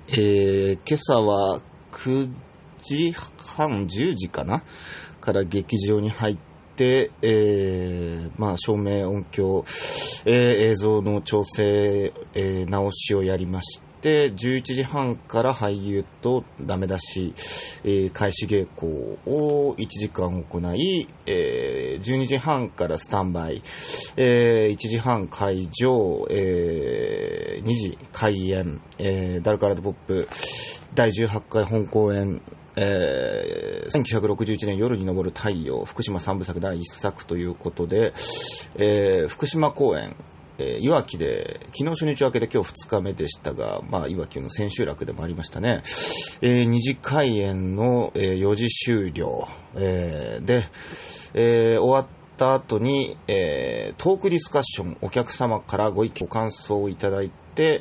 今朝は9時半、10時かなから劇場に入って、照明、音響、映像の調整、直しをやりまして、11時半から俳優とダメ出し、開始稽古を1時間行い、12時半からスタンバイ、1時半会場、2時開演、ダルカラドポップ第18回本公演、1961年夜に昇る太陽福島三部作第1作ということで、福島公演、いわきで昨日初日明けで今日2日目でしたが、いわきの千秋楽でもありましたね。2次開演の、4時終了、で、終わった後に、トークディスカッション、お客様からご意見ご感想をいただいて、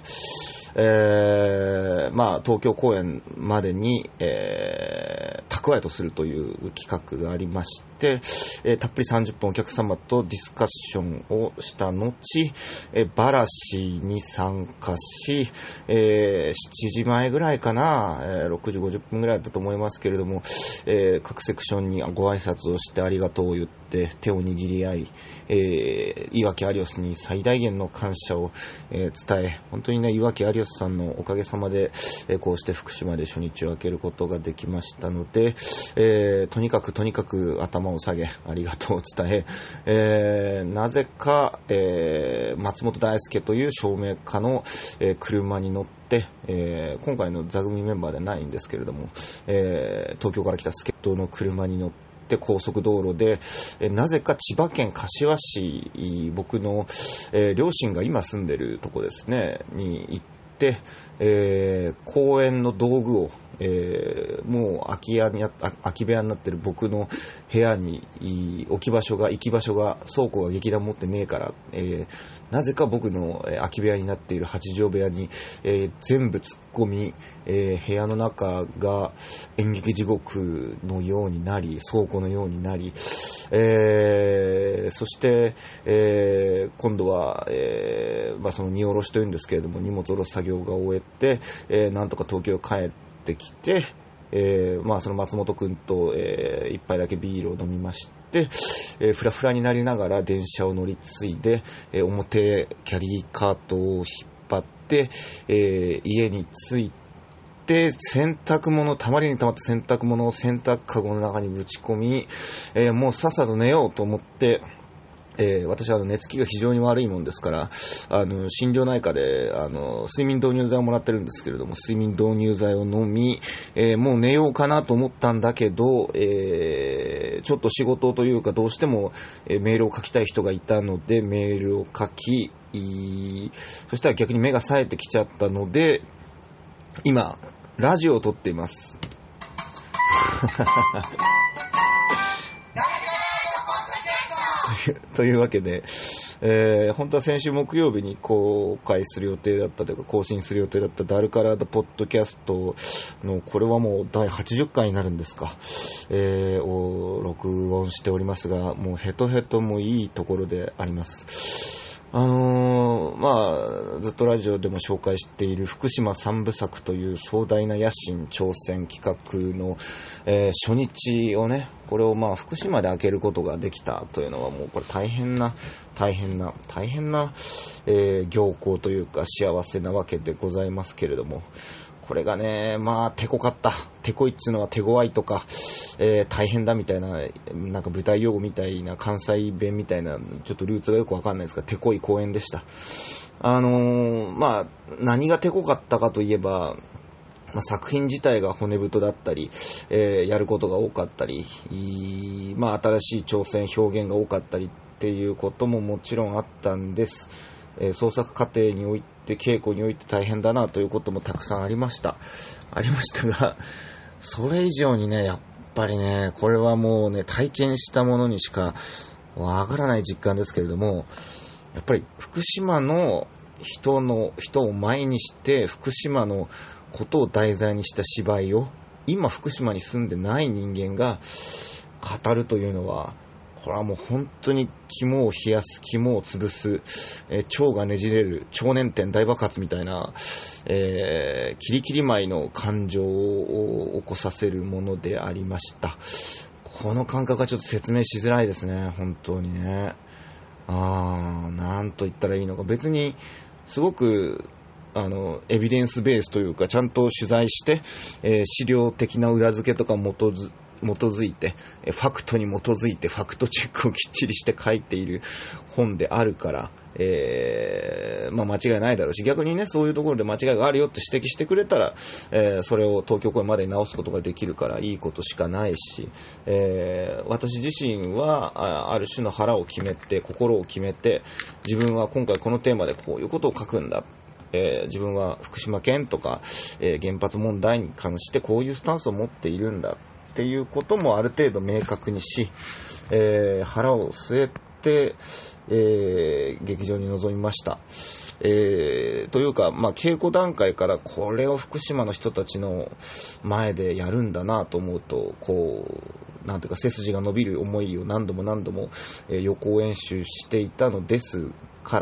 東京公演までに、蓄えとするという企画がありまして、たっぷり30分お客様とディスカッションをした後、バラシに参加し、7時前ぐらいかな、6時50分ぐらいだったと思いますけれども、各セクションにご挨拶をしてありがとうを言って手を握り合い、岩木有吉に最大限の感謝を、伝え、本当にね、岩木有吉さんのおかげさまで、こうして福島で初日を明けることができましたので、とにかく頭を下げありがとうを伝え、なぜか、松本大輔という照明家の、車に乗って、今回の座組メンバーではないんですけれども、東京から来た助っ人の車に乗って高速道路で、なぜか千葉県柏市、僕の、両親が今住んでるとこですねに行って、公園の道具を、もう空き部屋になってる僕の部屋に行き場所が倉庫が劇団持ってねえから、なぜか僕の空き部屋になっている8畳部屋に、全部突っ込み、部屋の中が演劇地獄のようになり、倉庫のようになり、そして、今度は、その荷下ろしというんですけれども、荷物下ろす作業が終えて、なんとか東京帰ってきて、その松本くんと、一杯だけビールを飲みまして、フラフラになりながら電車を乗り継いで、表キャリーカートを引っ張って、家に着いて、たまりにたまった洗濯物を洗濯かごの中にぶち込み、もうさっさと寝ようと思って、私は寝つきが非常に悪いもんですから、心療内科で睡眠導入剤をもらってるんですけれども、睡眠導入剤を飲み、もう寝ようかなと思ったんだけど、ちょっと仕事というかどうしても、メールを書きたい人がいたのでメールを書き、そしたら逆に目が冴えてきちゃったので、今ラジオを撮っていますというわけで、本当は先週木曜日に公開する予定だったというか更新する予定だったダルカラードポッドキャストの、これはもう第80回になるんですか、を録音しておりますが、もうヘトヘトもいいところであります。ずっとラジオでも紹介している福島三部作という壮大な野心挑戦企画の、初日をね、これを福島で開けることができたというのは、もうこれ大変な、行幸というか幸せなわけでございますけれども、これがね、手こかった。手こいっつうのは手強いとか、大変だみたいな、なんか舞台用語みたいな、関西弁みたいな、ちょっとルーツがよくわかんないですが、手こい公演でした。何が手こかったかといえば、作品自体が骨太だったり、やることが多かったり、新しい挑戦、表現が多かったりっていうことももちろんあったんです。創作過程において、稽古において大変だなということもたくさんありましたが、それ以上にね、やっぱりね、これはもうね、体験したものにしかわからない実感ですけれども、やっぱり福島の人を前にして、福島のことを題材にした芝居を今福島に住んでない人間が語るというのは、 これはもう本当に肝を冷やす、肝を潰す、腸がねじれる、腸粘点大爆発みたいな、キリキリ舞の感情を起こさせるものでありました。この感覚はちょっと説明しづらいですね、本当にね。なんと言ったらいいのか。別に、すごく、エビデンスベースというか、ちゃんと取材して、資料的な裏付けとか基づいて、ファクトに基づいてファクトチェックをきっちりして書いている本であるから、間違いないだろうし、逆にね、そういうところで間違いがあるよって指摘してくれたら、それを東京公演までに直すことができるからいいことしかないし、私自身はある種の腹を決めて、心を決めて、自分は今回このテーマでこういうことを書くんだ。自分は福島県とか、原発問題に関してこういうスタンスを持っているんだっていうこともある程度明確にし、腹を据えて、劇場に臨みました。というか、稽古段階からこれを福島の人たちの前でやるんだなと思うと、なんていうか背筋が伸びる思いを何度も、予行演習していたのですから、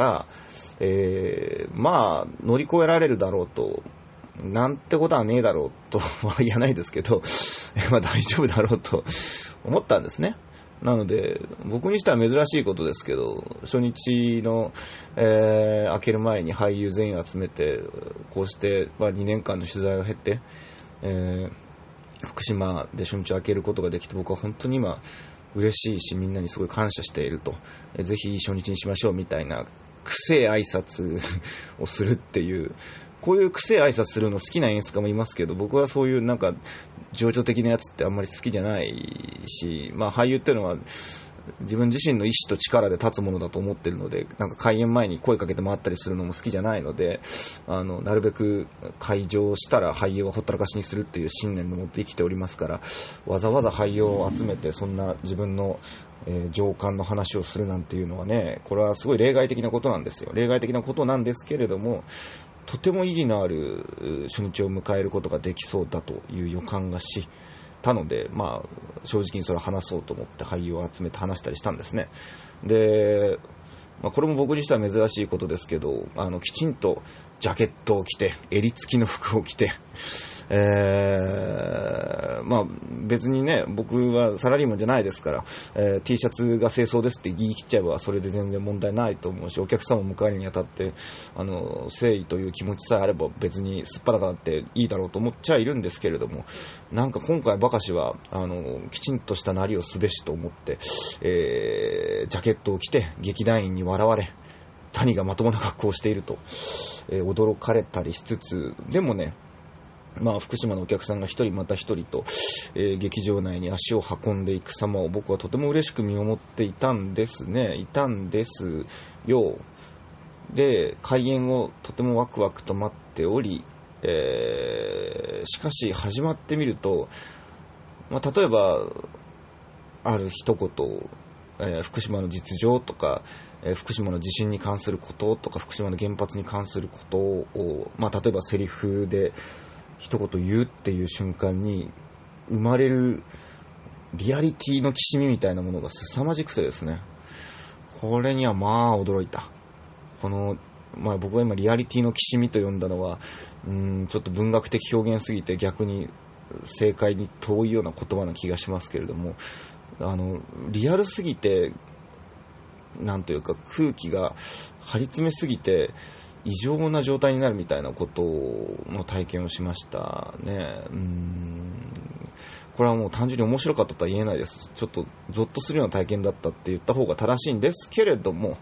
乗り越えられるだろうと、なんてことはねえだろうとは言わないですけど、大丈夫だろうと思ったんですね。なので、僕にしては珍しいことですけど、初日の、開ける前に俳優全員集めて、こうして、2年間の取材を経て、福島で初日を開けることができて、僕は本当に今、嬉しいし、みんなにすごい感謝していると。ぜひ初日にしましょうみたいな、癖挨拶をするっていう、こういう癖挨拶するの好きな演出家もいますけど、僕はそういうなんか情緒的なやつってあんまり好きじゃないし、俳優っていうのは自分自身の意志と力で立つものだと思ってるので、なんか開演前に声かけて回ったりするのも好きじゃないので、なるべく会場したら俳優をほったらかしにするっていう信念のもと生きておりますから、わざわざ俳優を集めてそんな自分の情感の話をするなんていうのはね、これはすごい例外的なことなんですよ。例外的なことなんですけれども、とても意義のある初日を迎えることができそうだという予感がしたので、正直にそれを話そうと思って俳優を集めて話したりしたんですね。で、これも僕にしては珍しいことですけど、きちんとジャケットを着て、襟付きの服を着て、別にね、僕はサラリーマンじゃないですから、T シャツが清掃ですって言い切っちゃえばそれで全然問題ないと思うし、お客さんを迎えるにあたって誠意という気持ちさえあれば別にすっぱだかっていいだろうと思っちゃいるんですけれども、なんか今回ばかしはきちんとしたなりをすべしと思って、ジャケットを着て劇団員に笑われ、谷がまともな格好をしていると、驚かれたりしつつ、でもね、福島のお客さんが一人また一人と、劇場内に足を運んでいく様を僕はとても嬉しく見守っていたんですよ。で、開演をとてもワクワクと待っており、しかし始まってみると、例えばある一言、福島の実情とか、福島の地震に関することとか、福島の原発に関することを、例えばセリフで一言言うっていう瞬間に生まれるリアリティのきしみみたいなものが凄まじくてですね、これには驚いた。僕は今リアリティのきしみと呼んだのはちょっと文学的表現すぎて逆に正解に遠いような言葉な気がしますけれども、リアルすぎて、なんというか空気が張り詰めすぎて異常な状態になるみたいなことの体験をしましたね。これはもう単純に面白かったとは言えないです。ちょっとゾッとするような体験だったって言った方が正しいんですけれども、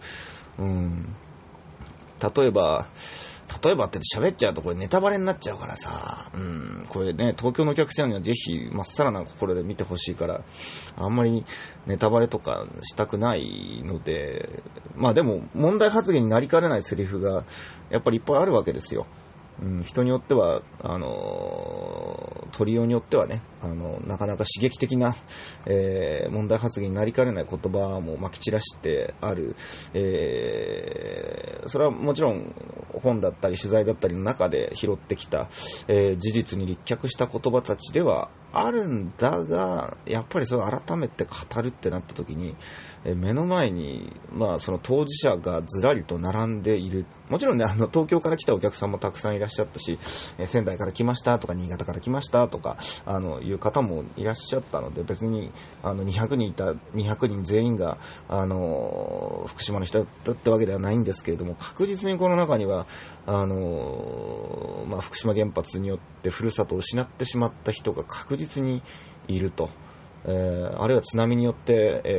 例えばって喋っちゃうとこれネタバレになっちゃうからさ、これね、東京のお客さんにはぜひまっさらな心で見てほしいから、あんまりネタバレとかしたくないので、でも問題発言になりかねないセリフがやっぱりいっぱいあるわけですよ。人によっては取りようによってはね、なかなか刺激的な、問題発言になりかねない言葉もまき散らしてある、それはもちろん本だったり取材だったりの中で拾ってきた、事実に立脚した言葉たちではあるんだが、やっぱりそれを改めて語るってなった時に、目の前に、その当事者がずらりと並んでいる。もちろんね、東京から来たお客さんもたくさんいらっしゃったし、仙台から来ましたとか、新潟から来ましたとか、いう方もいらっしゃったので、別に、200人いた200人全員が、福島の人だったわけではないんですけれども、確実にこの中には、福島原発によってふるさとを失ってしまった人が確実にいると。あるいは津波によって、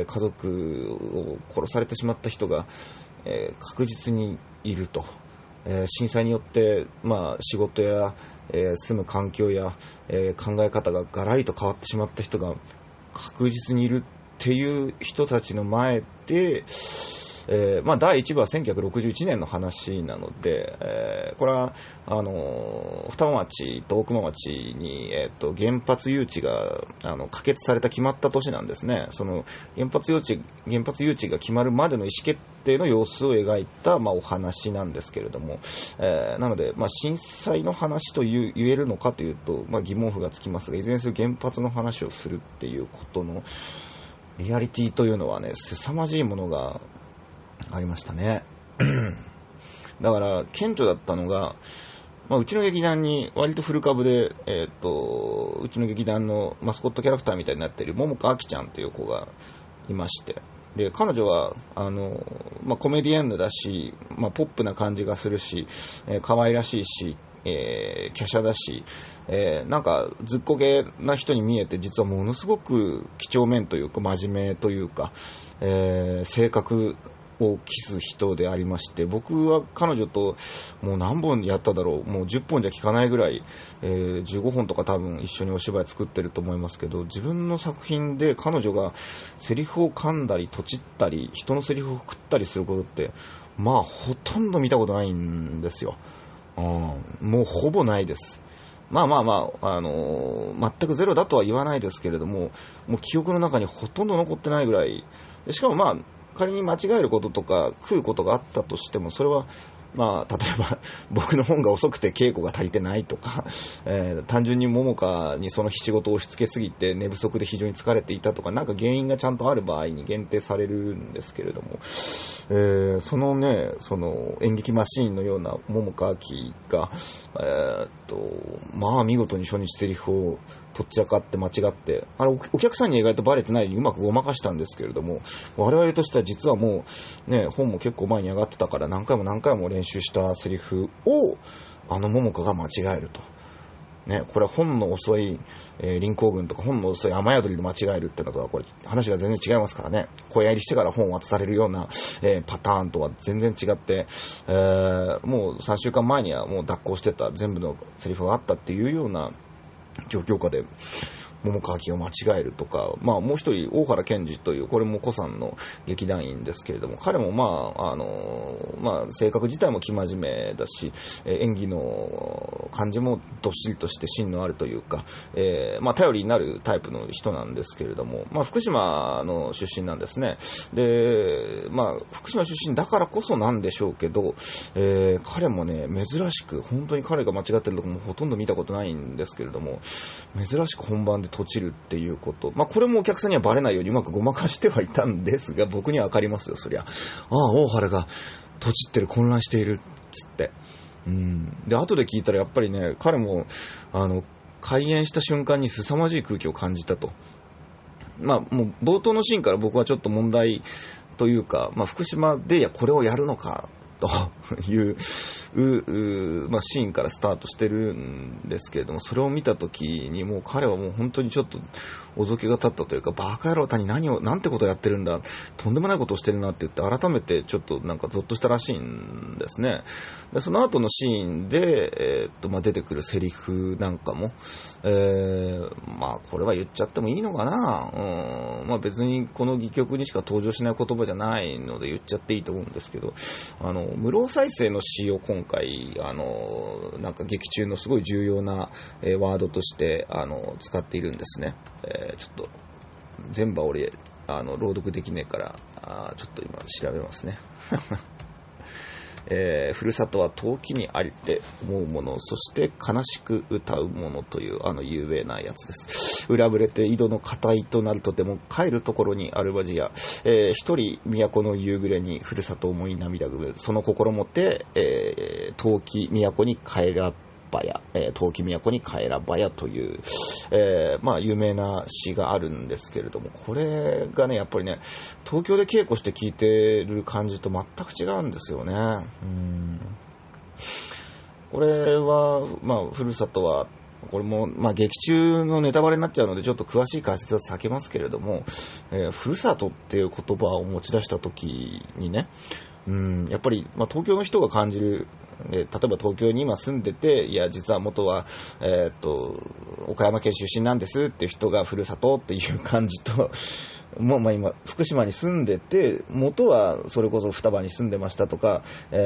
家族を殺されてしまった人が、確実にいると。震災によって、仕事や、住む環境や、考え方がガラリと変わってしまった人が確実にいるっていう人たちの前で、第1部は1961年の話なので、これは双葉町と大熊町に、原発誘致が可決された決まった年なんですね。その原発誘致が決まるまでの意思決定の様子を描いた、お話なんですけれども、なので、震災の話と言えるのかというと、疑問符がつきますが、いずれにせよ原発の話をするっていうことのリアリティというのはね、凄まじいものがありましたね。だから顕著だったのが、うちの劇団に割とフル株で、うちの劇団のマスコットキャラクターみたいになっている桃香あきちゃんという子がいまして、で彼女はコメディエンヌだし、ポップな感じがするし、可愛らしいし、華奢だし、なんかずっこけな人に見えて、実はものすごく几帳面というか真面目というか、性格を期す人でありまして、僕は彼女ともう何本やっただろう、もう10本じゃ効かないぐらい、15本とか多分一緒にお芝居作ってると思いますけど、自分の作品で彼女がセリフを噛んだりとちったり人のセリフを食ったりすることってほとんど見たことないんですよ。もうほぼないです。全くゼロだとは言わないですけれども、もう記憶の中にほとんど残ってないぐらいで、しかも仮に間違えることとか食うことがあったとしても、それは例えば僕の本が遅くて稽古が足りてないとか、単純に桃香にその日仕事を押し付けすぎて寝不足で非常に疲れていたとか、なんか原因がちゃんとある場合に限定されるんですけれども、その演劇マシーンのような桃香あきが、見事に初日セリフをとっちらかって間違って、お客さんに意外とバレてないようにうまくごまかしたんですけれども、我々としては実はもうね、本も結構前に上がってたから何回も練習したセリフを桃香が間違えると。これは本の遅い、林行軍とか本の遅い雨宿りで間違えるってのとはこれ話が全然違いますからね。声やりしてから本を渡されるような、パターンとは全然違って、もう3週間前にはもう脱行してた全部のセリフがあったっていうような状況下で桃香あきを間違えるとか、もう一人大原健二という、これも古参の劇団員ですけれども、彼も性格自体も生真面目だし、演技の感じもどっしりとして芯のあるというか、頼りになるタイプの人なんですけれども、福島の出身なんですね。で、福島出身だからこそなんでしょうけど、彼もね、珍しく、本当に彼が間違ってるところもほとんど見たことないんですけれども、珍しく本番で閉じるっていうこと。これもお客さんにはバレないようにうまくごまかしてはいたんですが、僕にはわかりますよ、そりゃ。大原が閉じってる、混乱している、つって。で、後で聞いたらやっぱりね、彼も、開演した瞬間に凄まじい空気を感じたと。もう冒頭のシーンから僕はちょっと問題というか、福島でこれをやるのか、というシーンからスタートしてるんですけれども、それを見たときにもう彼はもう本当にちょっとおぞきが立ったというか、バカ野郎谷なんてことをやってるんだ、とんでもないことをしてるなって言って改めてちょっとなんかゾッとしたらしいんですね。でその後のシーンで、出てくるセリフなんかも、これは言っちゃってもいいのかな、別にこの戯曲にしか登場しない言葉じゃないので言っちゃっていいと思うんですけど、無労再生の詩を今回なんか劇中のすごい重要な、ワードとして使っているんですね。ちょっと全部は俺朗読できねえからちょっと今調べますねふるさとは遠きにありて思うもの、そして悲しく歌うものという有名なやつです。裏ぶれて井戸の固いとなるとても帰るところにあるばじや、一人都の夕暮れにふるさと思い涙ぐむ、その心もて、遠き都に帰ら遠き都に帰らばやという、有名な詩があるんですけれども、これがね、やっぱりね、東京で稽古して聴いてる感じと全く違うんですよね。これは、ふるさとは、これも、劇中のネタバレになっちゃうので、ちょっと詳しい解説は避けますけれども、ふるさとっていう言葉を持ち出した時にね、やっぱり、東京の人が感じる、例えば東京に今住んでて、いや、実は元は、岡山県出身なんですっていう人がふるさとっていう感じと、もう今、福島に住んでて、元はそれこそ双葉に住んでましたとか、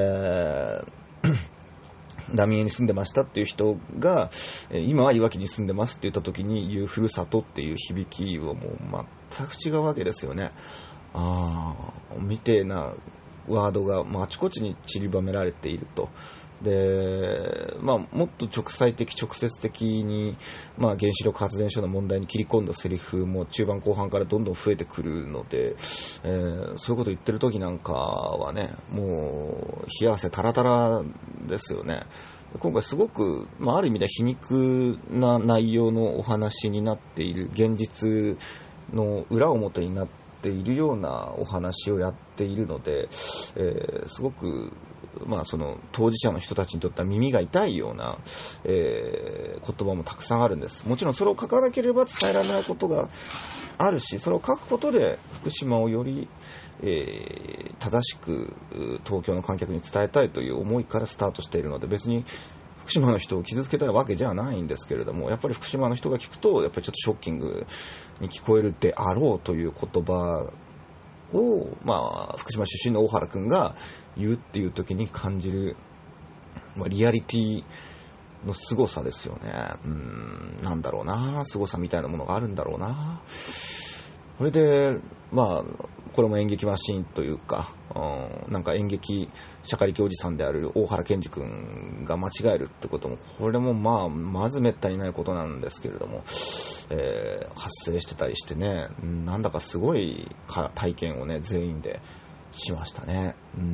浪江に住んでましたっていう人が、今はいわきに住んでますって言った時に言うふるさとっていう響きはもう全く違うわけですよね。みてえなワードがあちこちに散りばめられていると。で、もっと直接的に、原子力発電所の問題に切り込んだセリフも中盤後半からどんどん増えてくるので、そういうこと言ってる時なんかはね、もう冷や汗タラタラですよね。今回すごく、ある意味では皮肉な内容のお話になっている、現実の裏表になっているようなお話をやっているので、すごくその当事者の人たちにとっては耳が痛いような、言葉もたくさんあるんです。もちろんそれを書かなければ伝えられないことがあるし、それを書くことで福島をより、正しく東京の観客に伝えたいという思いからスタートしているので、別に福島の人を傷つけたいわけじゃないんですけれども、やっぱり福島の人が聞くとやっぱりちょっとショッキングに聞こえるであろうという言葉を、福島出身の大原くんが言うっていう時に感じる、リアリティの凄さですよね。なんだろうな、凄さみたいなものがあるんだろうな。それで、これも演劇マシーンというか、なんか演劇しゃかりきおじさんである大原健二くんが間違えるってことも、これもまずめったにないことなんですけれども、発生してたりしてね、なんだかすごい体験をね、全員でしましたね。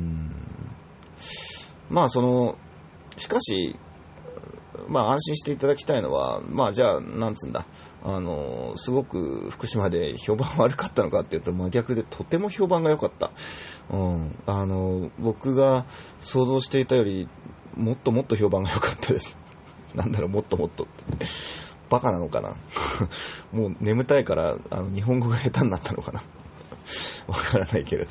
しかし、安心していただきたいのは、じゃあ、なんつうんだ、すごく福島で評判悪かったのかっていうと真逆で、とても評判が良かった。僕が想像していたよりもっともっと評判が良かったです。なんだろう、もっともっとってバカなのかなもう眠たいから日本語が下手になったのかなわからないけれど、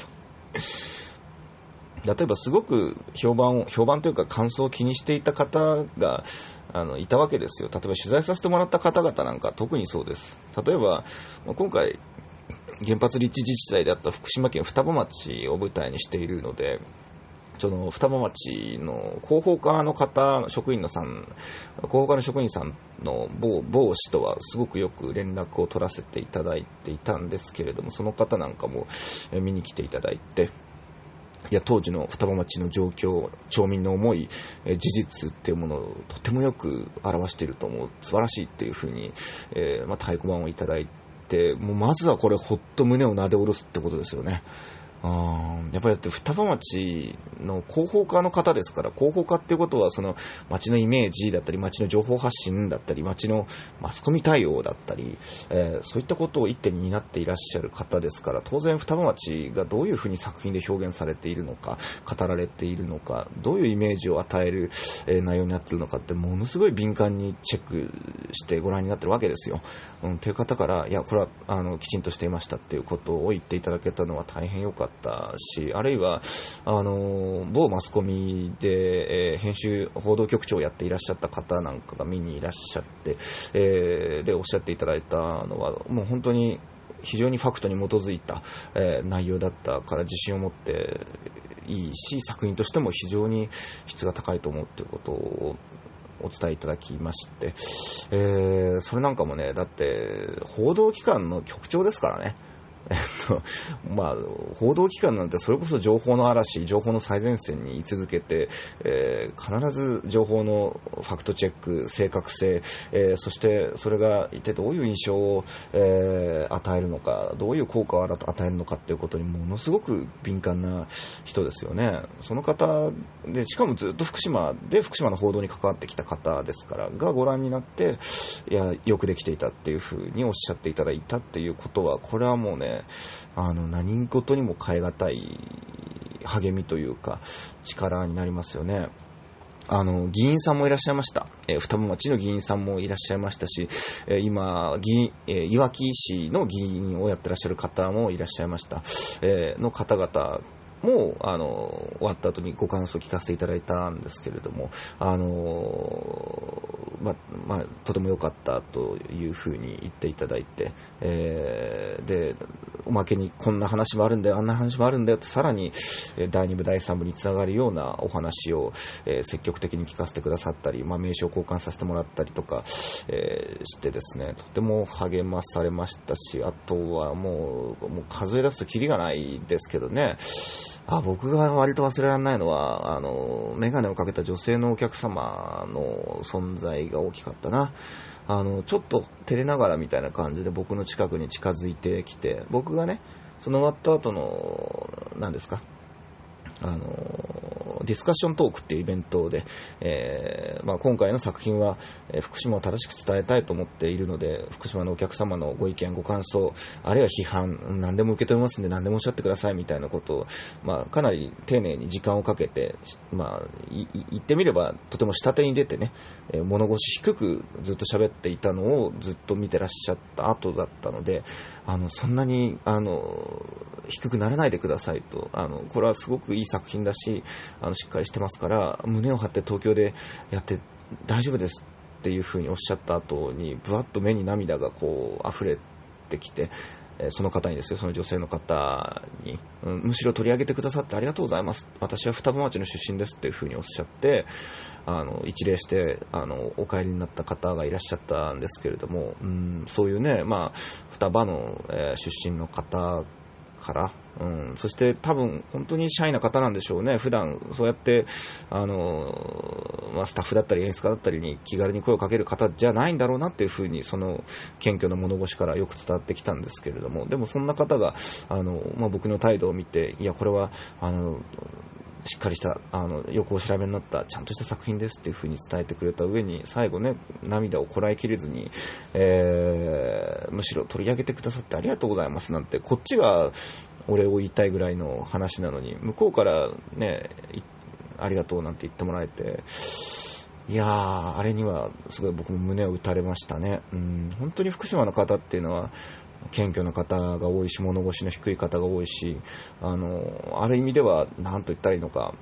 例えばすごく評判というか感想を気にしていた方がいたわけですよ。例えば取材させてもらった方々なんか特にそうです。例えば今回原発立地自治体であった福島県双葉町を舞台にしているので、その双葉町の広報課の方、広報課の職員さんの某氏とはすごくよく連絡を取らせていただいていたんですけれども、その方なんかも見に来ていただいて、いや、当時の双葉町の状況、町民の思い、事実っていうものをとてもよく表していると思う、素晴らしいっていうふうに、太鼓判をいただいて、もうまずはこれほっと胸をなで下ろすってことですよね。やっぱりだって双葉町の広報課の方ですから、広報課っていうことはその町のイメージだったり、町の情報発信だったり、町のマスコミ対応だったり、そういったことを一手に担っていらっしゃる方ですから、当然双葉町がどういうふうに作品で表現されているのか、語られているのか、どういうイメージを与える、内容になっているのかってものすごい敏感にチェックしてご覧になってるわけですよ。という方から、いや、これはきちんとしていましたっていうことを言っていただけたのは大変良かったし、あるいは某マスコミで、編集報道局長をやっていらっしゃった方なんかが見にいらっしゃって、でおっしゃっていただいたのはもう本当に非常にファクトに基づいた、内容だったから自信を持っていいし、作品としても非常に質が高いと思うということをお伝えいただきまして、それなんかもね、だって報道機関の局長ですからね。 報道機関なんてそれこそ情報の嵐、情報の最前線に居続けて、必ず情報のファクトチェック、正確性、そしてそれが一体どういう印象を、与えるのか、どういう効果を与えるのかっていうことにものすごく敏感な人ですよね。その方で、しかもずっと福島の報道に関わってきた方ですから、がご覧になって、いや、よくできていたっていうふうにおっしゃっていただいたっていうことは、これはもうね、何事にも代え難い励みというか力になりますよね。議員さんもいらっしゃいました。双葉町の議員さんもいらっしゃいましたし、今、いわき市の議員をやってらっしゃる方もいらっしゃいました。の方々も、終わった後にご感想を聞かせていただいたんですけれども、とても良かったというふうに言っていただいて、で、おまけにこんな話もあるんだよ、あんな話もあるんだよってさらに第2部第3部につながるようなお話を、積極的に聞かせてくださったり、名刺を交換させてもらったりとか、してですね、とても励まされましたし、あとはもう数え出すとキリがないですけどね、僕が割と忘れられないのは、メガネをかけた女性のお客様の存在が大きかったな。ちょっと照れながらみたいな感じで僕の近くに近づいてきて、僕がね、その終わった後の、何ですか、ディスカッショントークっていうイベントで、今回の作品は、福島を正しく伝えたいと思っているので、福島のお客様のご意見、ご感想、あるいは批判、何でも受け止めますんで何でもおっしゃってくださいみたいなことを、かなり丁寧に時間をかけて、言ってみればとても下手に出てね、物腰低くずっと喋っていたのをずっと見てらっしゃった後だったので、そんなに低くならないでくださいと、これはすごくいい作品だし、しっかりしてますから胸を張って東京でやって大丈夫ですっていうふうにおっしゃった後に、ぶわっと目に涙がこう溢れてきて、その方にですよ、その女性の方に、むしろ取り上げてくださってありがとうございます、私は双葉町の出身ですっていうふうにおっしゃって、一礼してお帰りになった方がいらっしゃったんですけれども、そういうね、双葉の、出身の方から、そして多分本当にシャイな方なんでしょうね。普段そうやってスタッフだったり演出家だったりに気軽に声をかける方じゃないんだろうなっていうふうに、その謙虚な物腰からよく伝わってきたんですけれども、でもそんな方が僕の態度を見て、いやこれはしっかりしたよくお調べになったちゃんとした作品ですっていう風に伝えてくれた上に、最後ね、涙をこらえきれずに、むしろ取り上げてくださってありがとうございますなんて、こっちがお礼を言いたいぐらいの話なのに、向こうからね、ありがとうなんて言ってもらえて、いやー、あれにはすごい僕も胸を打たれましたね。本当に福島の方っていうのは謙虚な方が多いし、物腰の低い方が多いし、ある意味では何と言ったらいいのか、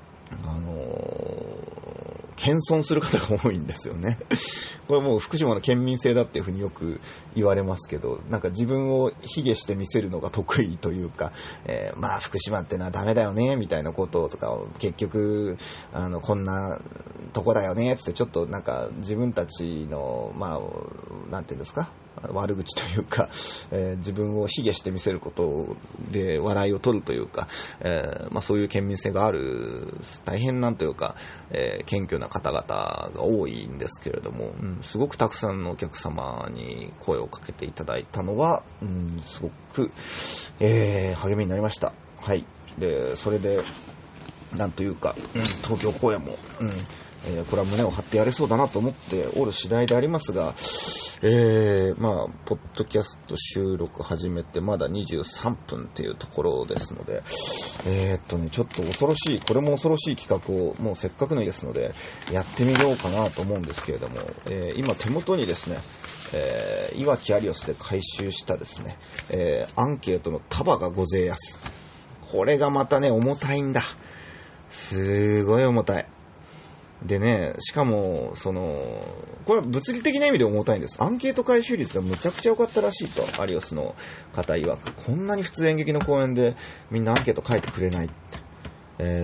謙遜する方が多いんですよね。これもう福島の県民性だっていうふうによく言われますけど、なんか自分を卑下して見せるのが得意というか、福島ってのはダメだよねみたいなこととかを、結局こんなとこだよねつってちょっとなんか自分たちのなんていうんですか、悪口というか、自分を卑下して見せることで笑いを取るというか、そういう県民性がある大変なんというか、謙虚な方々が多いんですけれども、すごくたくさんのお客様に声をかけていただいたのは、すごく、励みになりました。はい。で、それでなんというか、東京公演も、これは胸を張ってやれそうだなと思っておる次第でありますが、ポッドキャスト収録始めてまだ23分っていうところですので、ちょっと恐ろしい、これも恐ろしい企画をもうせっかくの日ですのでやってみようかなと思うんですけれども、今手元にですね、いわきアリオスで回収したですね、アンケートの束がごぜえやす。これがまたね、重たいんだ。すごい重たい。でね、しかも、これは物理的な意味で重たいんです。アンケート回収率がむちゃくちゃ良かったらしいと、アリオスの方曰く。こんなに普通演劇の公演でみんなアンケート書いてくれないって。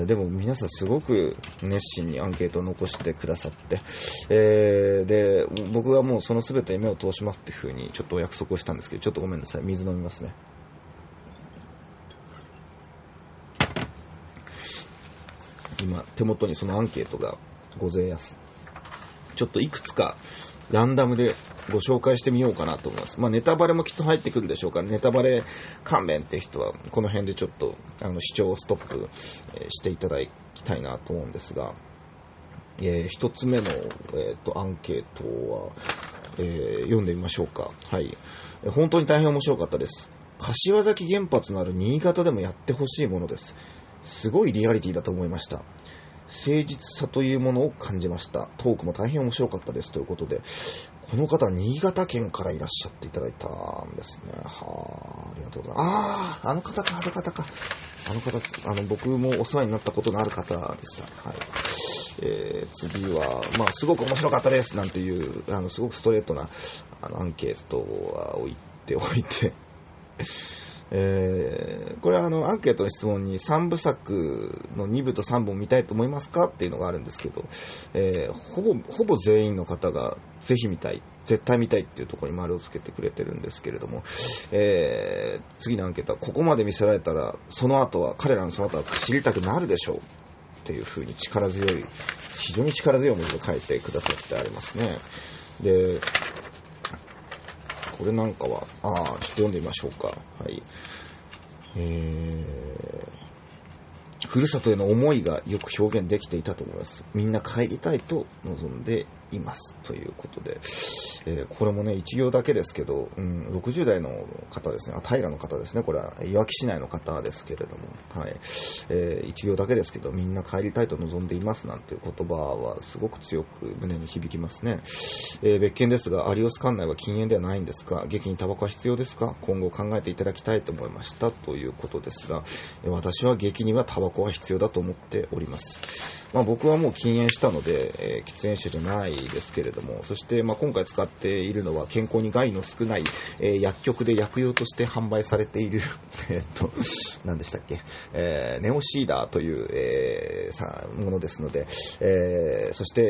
でも皆さんすごく熱心にアンケートを残してくださって、で、僕はもうその全てに目を通しますっていう風にちょっとお約束をしたんですけど、ちょっとごめんなさい、水飲みますね。 今手元にそのアンケートがございます。ちょっといくつかランダムでご紹介してみようかなと思います。ネタバレもきっと入ってくるでしょうから、ネタバレ関連って人はこの辺でちょっと視聴をストップしていただきたいなと思うんですが、一つ目の、アンケートは、読んでみましょうか。はい。本当に大変面白かったです。柏崎原発のある新潟でもやってほしいものです。すごいリアリティだと思いました。誠実さというものを感じました。トークも大変面白かったですということで、この方、新潟県からいらっしゃっていただいたんですね。はあ、ありがとうございます。あの方か。僕もお世話になったことのある方でした。はい。次は、すごく面白かったですなんていう、すごくストレートなアンケートは置いておいて、これはアンケートの質問に3部作の2部と3部を見たいと思いますかっていうのがあるんですけど、ほぼ全員の方がぜひ見たい、絶対見たいっていうところに丸をつけてくれてるんですけれども、次のアンケートはここまで見せられたら彼らのその後は知りたくなるでしょうっていう風に非常に力強い文字で書いてくださってありますね。で、これなんかは、ちょっと読んでみましょうか。はい。ふるさとへの思いがよく表現できていたと思います。みんな帰りたいと望んでいますということで、これもね一行だけですけど、60代の方ですね、平の方ですね、これはいわき市内の方ですけれども、はい、一行だけですけど、みんな帰りたいと望んでいますなんていう言葉はすごく強く胸に響きますね。別件ですが、有吉管内は禁煙ではないんですか？劇にタバコは必要ですか？今後考えていただきたいと思いましたということですが、私は劇にはタバコは必要だと思っております。僕はもう禁煙したので、喫煙者じゃないですけれども、そして今回使っているのは健康に害の少ない、薬局で薬用として販売されている何でしたっけ、ネオシーダーという、ものですので、そして、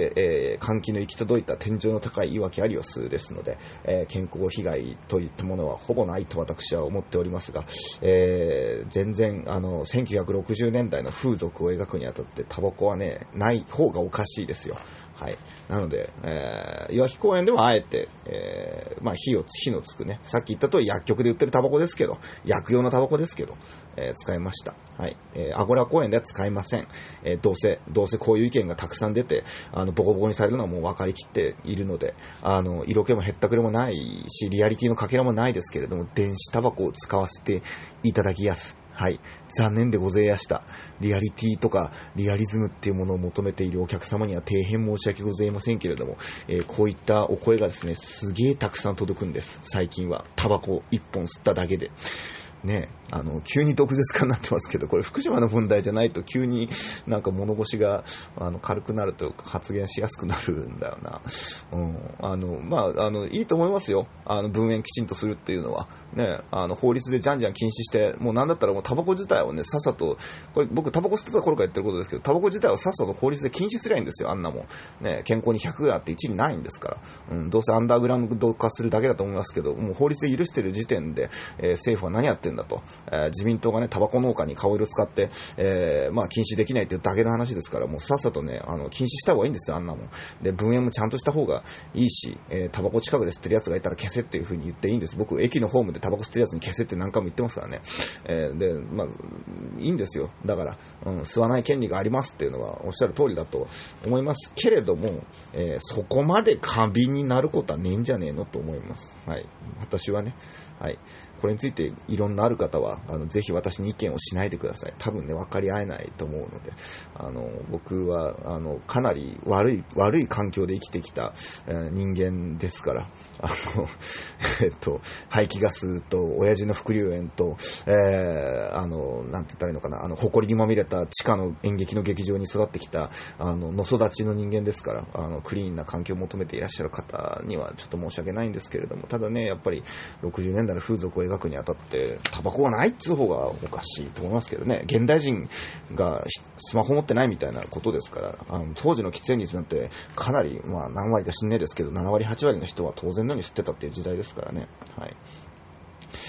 換気の行き届いた天井の高いいわきアリオスですので、健康被害といったものはほぼないと私は思っておりますが、全然1960年代の風俗を描くにあたってタバコはねない方がおかしいですよ。はい。なので、いわき公園ではあえて、火のつくね、さっき言った通り薬局で売ってるタバコですけど、薬用のタバコですけど、使いました。はい。アゴラ公園では使いません。どうせこういう意見がたくさん出て、ボコボコにされるのはもう分かりきっているので、色気もへったくれもないし、リアリティのかけらもないですけれども、電子タバコを使わせていただきやす。はい。残念でございました。リアリティとかリアリズムっていうものを求めているお客様には大変申し訳ございませんけれども、こういったお声がですね、すげえたくさん届くんです。最近は。タバコ1本吸っただけで。ね、急に毒舌化になってますけど、これ福島の問題じゃないと急になんか物腰が軽くなるというか発言しやすくなるんだよな。いいと思いますよ。分煙きちんとするっていうのはね、法律でじゃんじゃん禁止して、もうなんだったらもうタバコ自体をね、さっさと、これ僕タバコ吸ってた頃から言ってることですけど、タバコ自体をさっさと法律で禁止すりゃいいんですよ。あんなもんね、健康に100があって1にないんですから、どうせアンダーグラウンド化するだけだと思いますけど、もう法律で許してる時点で、政府は何やってんだと、自民党がねタバコ農家に顔色使って、禁止できないっていうだけの話ですから、もうさっさとね禁止した方がいいんですよ。あんなもんで分煙もちゃんとした方がいいし、タバコ近くで吸ってるやつがいたら消せっていう風に言っていいんです。僕駅のホームでタバコ吸ってるやつに消せって何回も言ってますからね。いいんですよ。だから、吸わない権利がありますっていうのはおっしゃる通りだと思いますけれども、そこまで過敏になることはねえんじゃねえのと思います。はい。私はね、はい。これについていろんなある方はぜひ私に意見をしないでください。多分ね分かり合えないと思うので、僕はかなり悪い環境で生きてきた、人間ですから、排気ガスと親父の副流煙と、なんて言ったらいいのかな、埃にまみれた地下の演劇の劇場に育ってきた野育ちの人間ですから、クリーンな環境を求めていらっしゃる方にはちょっと申し訳ないんですけれども、ただねやっぱり60年代の風俗を描くにあたってタバコがないっつう方がおかしいと思いますけどね。現代人がスマホ持ってないみたいなことですから、当時の喫煙率なんてかなり、何割か知んないですけど7割8割の人は当然のように吸ってたっていう時代ですからね。はい。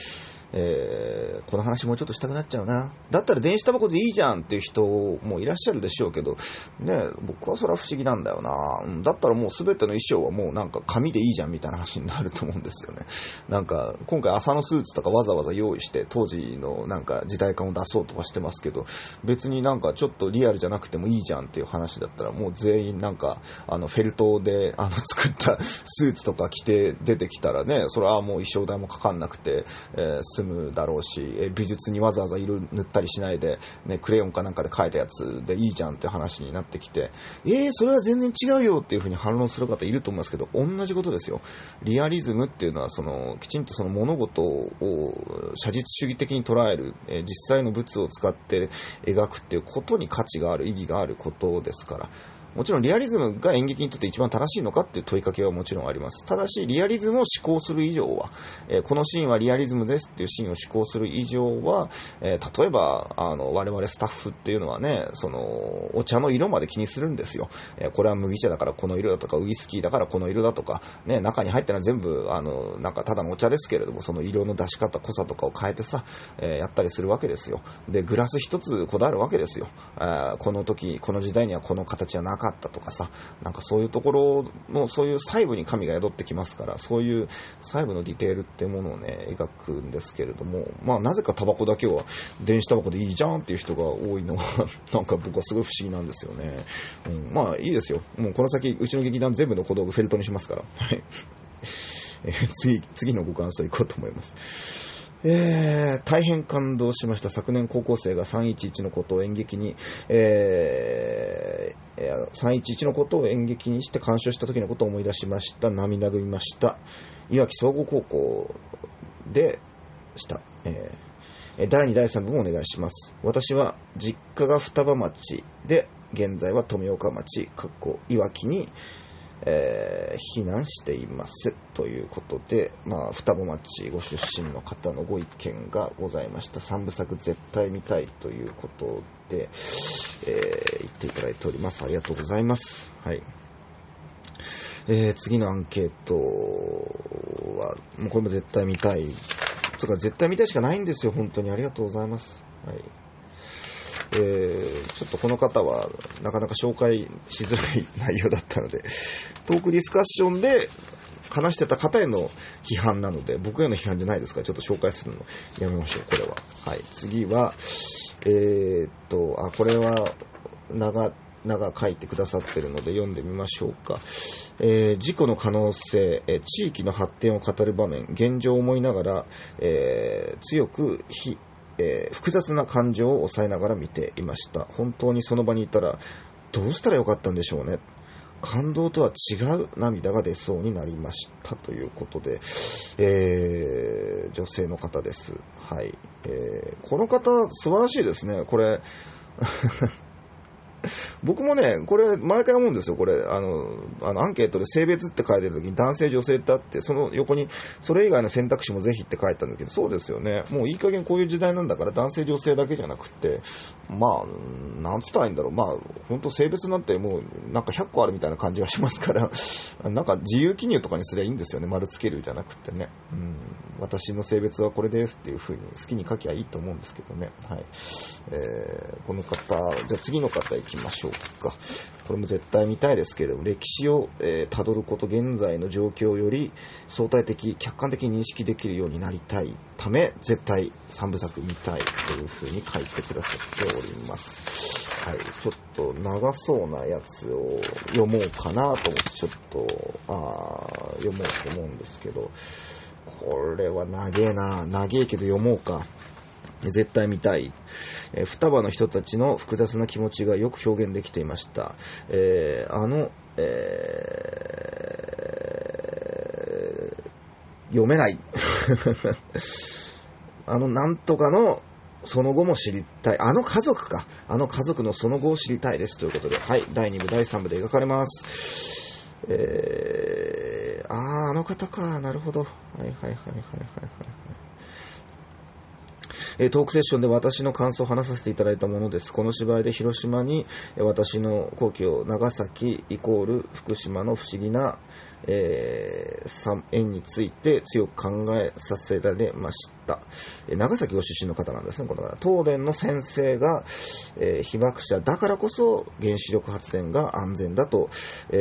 この話もうちょっとしたくなっちゃうな。だったら電子タバコでいいじゃんっていう人もいらっしゃるでしょうけど、ね、僕はそれは不思議なんだよな。だったらもう全ての衣装はもうなんか紙でいいじゃんみたいな話になると思うんですよね。なんか今回朝のスーツとかわざわざ用意して当時のなんか時代感を出そうとかしてますけど、別になんかちょっとリアルじゃなくてもいいじゃんっていう話だったら、もう全員なんかフェルトで作ったスーツとか着て出てきたらね、それはもう衣装代もかかんなくて、済むだろうし、美術にわざわざ色塗ったりしないで、ね、クレヨンかなんかで描いたやつでいいじゃんって話になってきて、それは全然違うよっていう風に反論する方いると思いますけど、同じことですよ。リアリズムっていうのはきちんとその物事を写実主義的に捉える、実際の物を使って描くっていうことに価値がある、意義があることですから。もちろんリアリズムが演劇にとって一番正しいのかっていう問いかけはもちろんあります。ただし、リアリズムを思考する以上は、このシーンはリアリズムですっていうシーンを思考する以上は、例えば、我々スタッフっていうのはね、お茶の色まで気にするんですよ。これは麦茶だからこの色だとか、ウイスキーだからこの色だとか、ね、中に入ったのは全部、なんかただのお茶ですけれども、その色の出し方、濃さとかを変えてさ、やったりするわけですよ。で、グラス一つこだわるわけですよ。この時、この時代にはこの形はなかったとかさ、なんかそういうところの、そういう細部に神が宿ってきますから、そういう細部のディテールっていうものをね、描くんですけれども、まあなぜかタバコだけは電子タバコでいいじゃんっていう人が多いのはなんか僕はすごい不思議なんですよね。まあいいですよ。もうこの先うちの劇団全部の小道具フェルトにしますから。はい。次のご感想いこうと思います。大変感動しました。昨年高校生が311のことを演劇に、311のことを演劇にして鑑賞した時のことを思い出しました。涙ぐみました。いわき総合高校でした。第2、第3部もお願いします。私は実家が双葉町で、現在は富岡町、いわきに、避難していますということで、まあ、双葉町ご出身の方のご意見がございました。3部作絶対見たいということで、言っていただいております。ありがとうございます。はい。次のアンケートは、もうこれも絶対見たい。つうか絶対見たいしかないんですよ。本当にありがとうございます。はい。ちょっとこの方はなかなか紹介しづらい内容だったので、トークディスカッションで話してた方への批判なので、僕への批判じゃないですから、ちょっと紹介するのやめましょう、これは。はい。次は、これは長書いてくださってるので読んでみましょうか。事故の可能性、地域の発展を語る場面、現状を思いながら、強く複雑な感情を抑えながら見ていました。本当にその場にいたらどうしたらよかったんでしょうね。感動とは違う涙が出そうになりましたということで、女性の方です。はい。この方素晴らしいですね。これ僕もね、これ毎回思うんですよ。これアンケートで性別って書いてるときに男性女性ってあって、その横にそれ以外の選択肢もぜひって書いたんだけど、そうですよね。もういい加減こういう時代なんだから、男性女性だけじゃなくって、まあなんつったらいいんだろう。まあ本当性別なんてもうなんか100個あるみたいな感じがしますから、なんか自由記入とかにすりゃいいんですよね。丸つけるじゃなくってね。私の性別はこれですっていう風に好きに書きゃいいと思うんですけどね。はい。この方、じゃあ次の方行きましょうか。これも絶対見たいですけれども、歴史を辿ること、現在の状況より相対的、客観的に認識できるようになりたいため、絶対3部作見たいという風に書いてくださっております。はい。ちょっと長そうなやつを読もうかなと思って、ちょっと読もうと思うんですけど、これは長えけど読もうか。絶対見たい。双葉の人たちの複雑な気持ちがよく表現できていました。読めない。なんとかのその後も知りたい。家族か。家族のその後を知りたいですということで、はい、第2部、第3部で描かれます。あの方か。なるほど。はい。 トークセッションで私の感想を話させていただいたものです。この芝居で広島に私の故郷長崎イコール福島の不思議な縁について強く考えさせられました。長崎ご出身の方なんですね、この方。東電の先生が、被爆者だからこそ原子力発電が安全だと、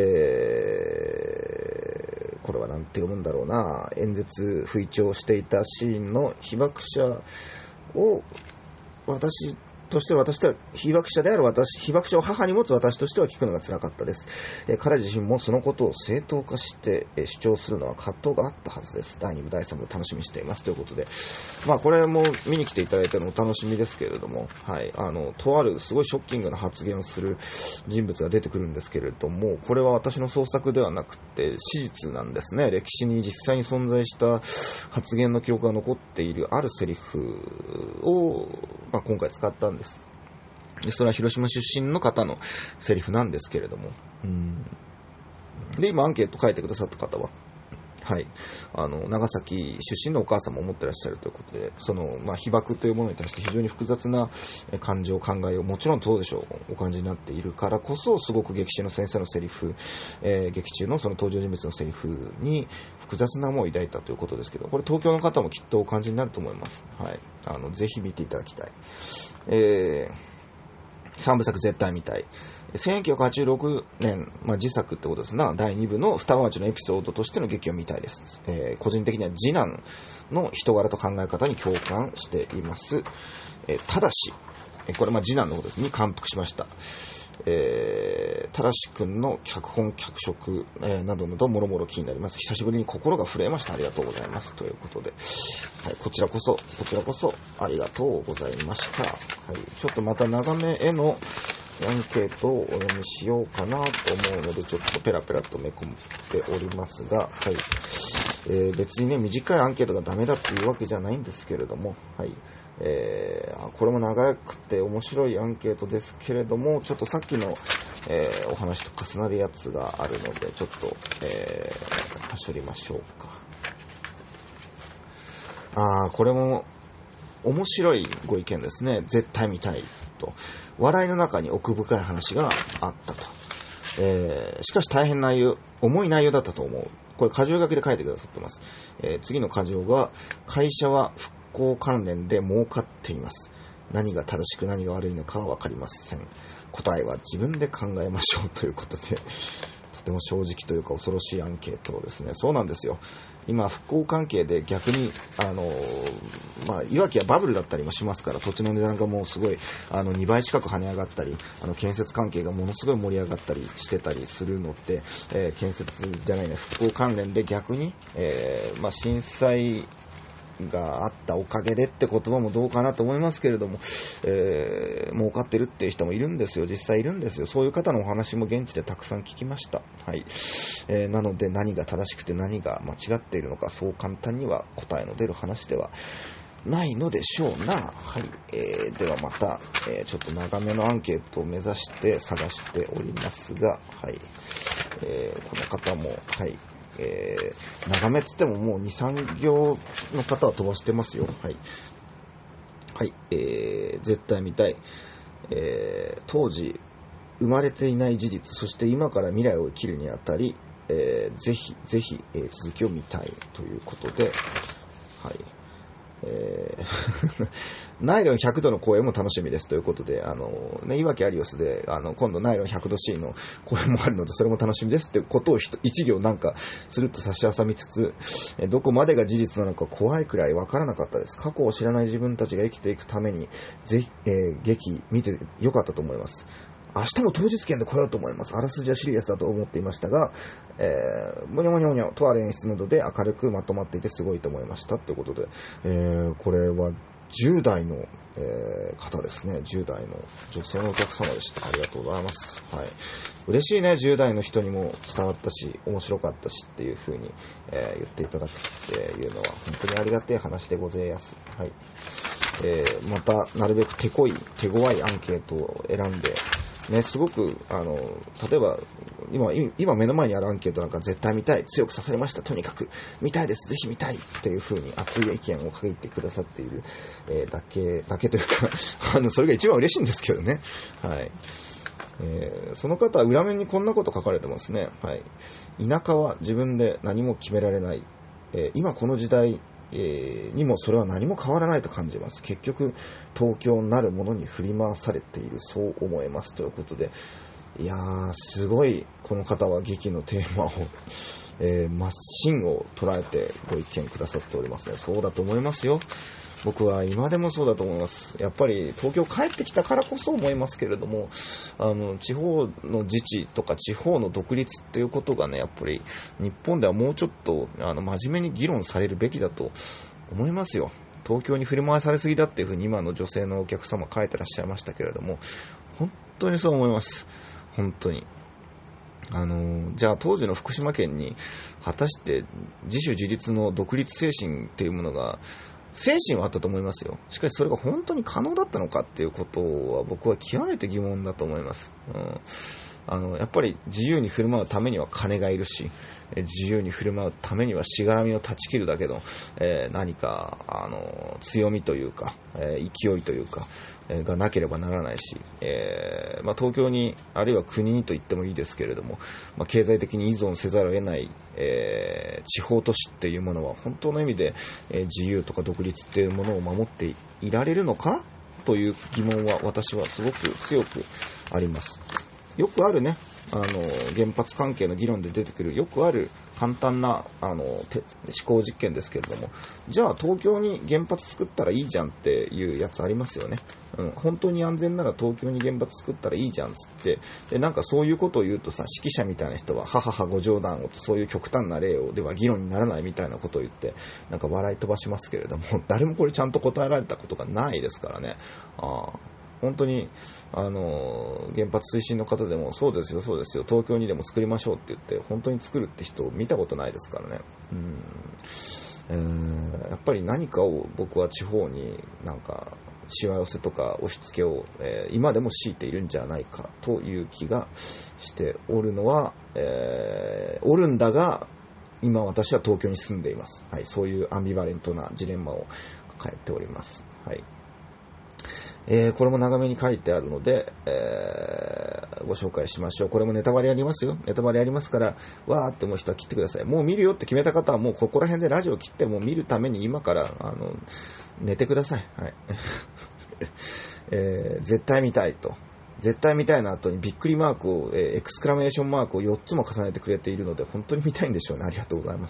これはなんて読むんだろうな、演説吹聴していたシーンの被爆者を私としては被爆者である被爆者を母に持つ私としては聞くのが辛かったです。彼自身もそのことを正当化して、主張するのは葛藤があったはずです。第2部第3部楽しみにしていますということで、これも見に来ていただいたのお楽しみですけれども、はい、とあるすごいショッキングな発言をする人物が出てくるんですけれども、これは私の創作ではなくて史実なんですね。歴史に実際に存在した発言の記録が残っているあるセリフを、今回使ったんです。でそれは広島出身の方のセリフなんですけれども、で今アンケート書いてくださった方は、はい、長崎出身のお母さんも思ってらっしゃるということで、被爆というものに対して非常に複雑な感情考えをもちろんそうでしょうお感じになっているからこそ、すごく劇中の先生のセリフ、劇中のその登場人物のセリフに複雑な思いを抱いたということですけど、これ東京の方もきっとお感じになると思います。はい、ぜひ見ていただきたい。3部作絶対見たい。1986年、自作ってことですな、第2部の双葉町のエピソードとしての劇を見たいです。個人的には次男の人柄と考え方に共感しています。ただし、これ次男のことですに感服しました。ただしくんの脚本脚色、などなどもろもろ気になります。久しぶりに心が震えました。ありがとうございますということで、はい、こちらこそありがとうございました。はい、ちょっとまた長めへのアンケートをお読みしようかなと思うので、ちょっとペラペラとめくっておりますが、はい、別にね短いアンケートがダメだっていうわけじゃないんですけれども、はい、これも長くて面白いアンケートですけれども、ちょっとさっきの、お話と重なるやつがあるので、ちょっと、はしょりましょうか。これも面白いご意見ですね。絶対見たいと。笑いの中に奥深い話があったと。しかし大変重い内容だったと思う。これ箇条書きで書いてくださってます。次の箇条が、会社は復興関連で儲かっています。何が正しく何が悪いのかは分かりません。答えは自分で考えましょうということで、とても正直というか恐ろしいアンケートですね。そうなんですよ。今復興関係で逆にいわきはバブルだったりもしますから、土地の値段がもうすごい2倍近く跳ね上がったり、建設関係がものすごい盛り上がったりしてたりするので、復興関連で逆に、震災があったおかげでって言葉もどうかなと思いますけれども、儲かってるっていう人もいるんですよ。実際いるんですよ。そういう方のお話も現地でたくさん聞きました。はい。なので何が正しくて何が間違っているのか、そう簡単には答えの出る話ではないのでしょうな。はい。ではまた、ちょっと長めのアンケートを目指して探しておりますが、はい。この方も、はい。長めつってももう 2,3 行の方は飛ばしてますよ。はい。はい。絶対見たい。当時、生まれていない事実、そして今から未来を生きるにあたり、ぜひ、続きを見たいということで、はい。ナイロン100度の公演も楽しみですということで、いわきアリオスで、今度ナイロン100度シーンの公演もあるので、それも楽しみですっていうことを一行なんか、するっと差し挟みつつ、どこまでが事実なのか怖いくらいわからなかったです。過去を知らない自分たちが生きていくために、ぜひ、劇見てよかったと思います。明日も当日券で来ようと思います。あらすじはシリアスだと思っていましたが、もにょもにょもにょとある演出などで明るくまとまっていてすごいと思いましたということで、これは10代の、方ですね。10代の女性のお客様でした。ありがとうございます。はい。嬉しいね。10代の人にも伝わったし、面白かったしっていう風に、言っていただくっていうのは本当にありがたい話でございます。はい。またなるべく手強いアンケートを選んで、 ね、すごく、例えば、今目の前にあるアンケートなんか絶対見たい、強く刺さりました、とにかく見たいです、ぜひ見たいっていう風に熱い意見を書いてくださっている、だけというかそれが一番嬉しいんですけどね。はい。その方は裏面にこんなこと書かれてますね。はい。田舎は自分で何も決められない。今この時代、にもそれは何も変わらないと感じます。結局東京なるものに振り回されている、そう思えますということで、いやー、すごいこの方は劇のテーマを、真芯を捉えてご意見くださっておりますね。そうだと思いますよ。僕は今でもそうだと思います。やっぱり東京帰ってきたからこそ思いますけれども、地方の自治とか地方の独立っていうことがね、やっぱり日本ではもうちょっと真面目に議論されるべきだと思いますよ。東京に振り回されすぎだっていうふうに今の女性のお客様書いてらっしゃいましたけれども、本当にそう思います。本当に。じゃあ当時の福島県に果たして自主自立の独立精神っていうものが、精神はあったと思いますよ。しかしそれが本当に可能だったのかっていうことは僕は極めて疑問だと思います。やっぱり自由に振る舞うためには金がいるし、自由に振る舞うためにはしがらみを断ち切るだけの、何か強みというか、勢いというか、がなければならないし、東京にあるいは国にと言ってもいいですけれども、経済的に依存せざるを得ない、地方都市っていうものは本当の意味で、自由とか独立っていうものを守っていられるのかという疑問は私はすごく強くあります。よくあるね、原発関係の議論で出てくるよくある簡単な思考実験ですけれども、じゃあ東京に原発作ったらいいじゃんっていうやつありますよね。本当に安全なら東京に原発作ったらいいじゃんつって、でなんかそういうことを言うとさ、指揮者みたいな人ははははご冗談をと、そういう極端な例をでは議論にならないみたいなことを言ってなんか笑い飛ばしますけれども、誰もこれちゃんと答えられたことがないですからね。本当に原発推進の方でもそうですよ東京にでも作りましょうって言って本当に作るって人を見たことないですからね。やっぱり何かを僕は地方になんかしわ寄せとか押し付けを、今でも強いているんじゃないかという気がしておるのは、おるんだが今私は東京に住んでいます。はい、そういうアンビバレントなジレンマを抱えております。はい。これも長めに書いてあるので、ご紹介しましょう。これもネタバレありますよ。ネタバレありますから、わーって思う人は切ってください。もう見るよって決めた方はもうここら辺でラジオを切ってもう見るために今から寝てください。はい。絶対見たいと。絶対見たいの後にびっくりマークを、エクスクラメーションマークを4つも重ねてくれているので本当に見たいんでしょうね。ありがとうございます。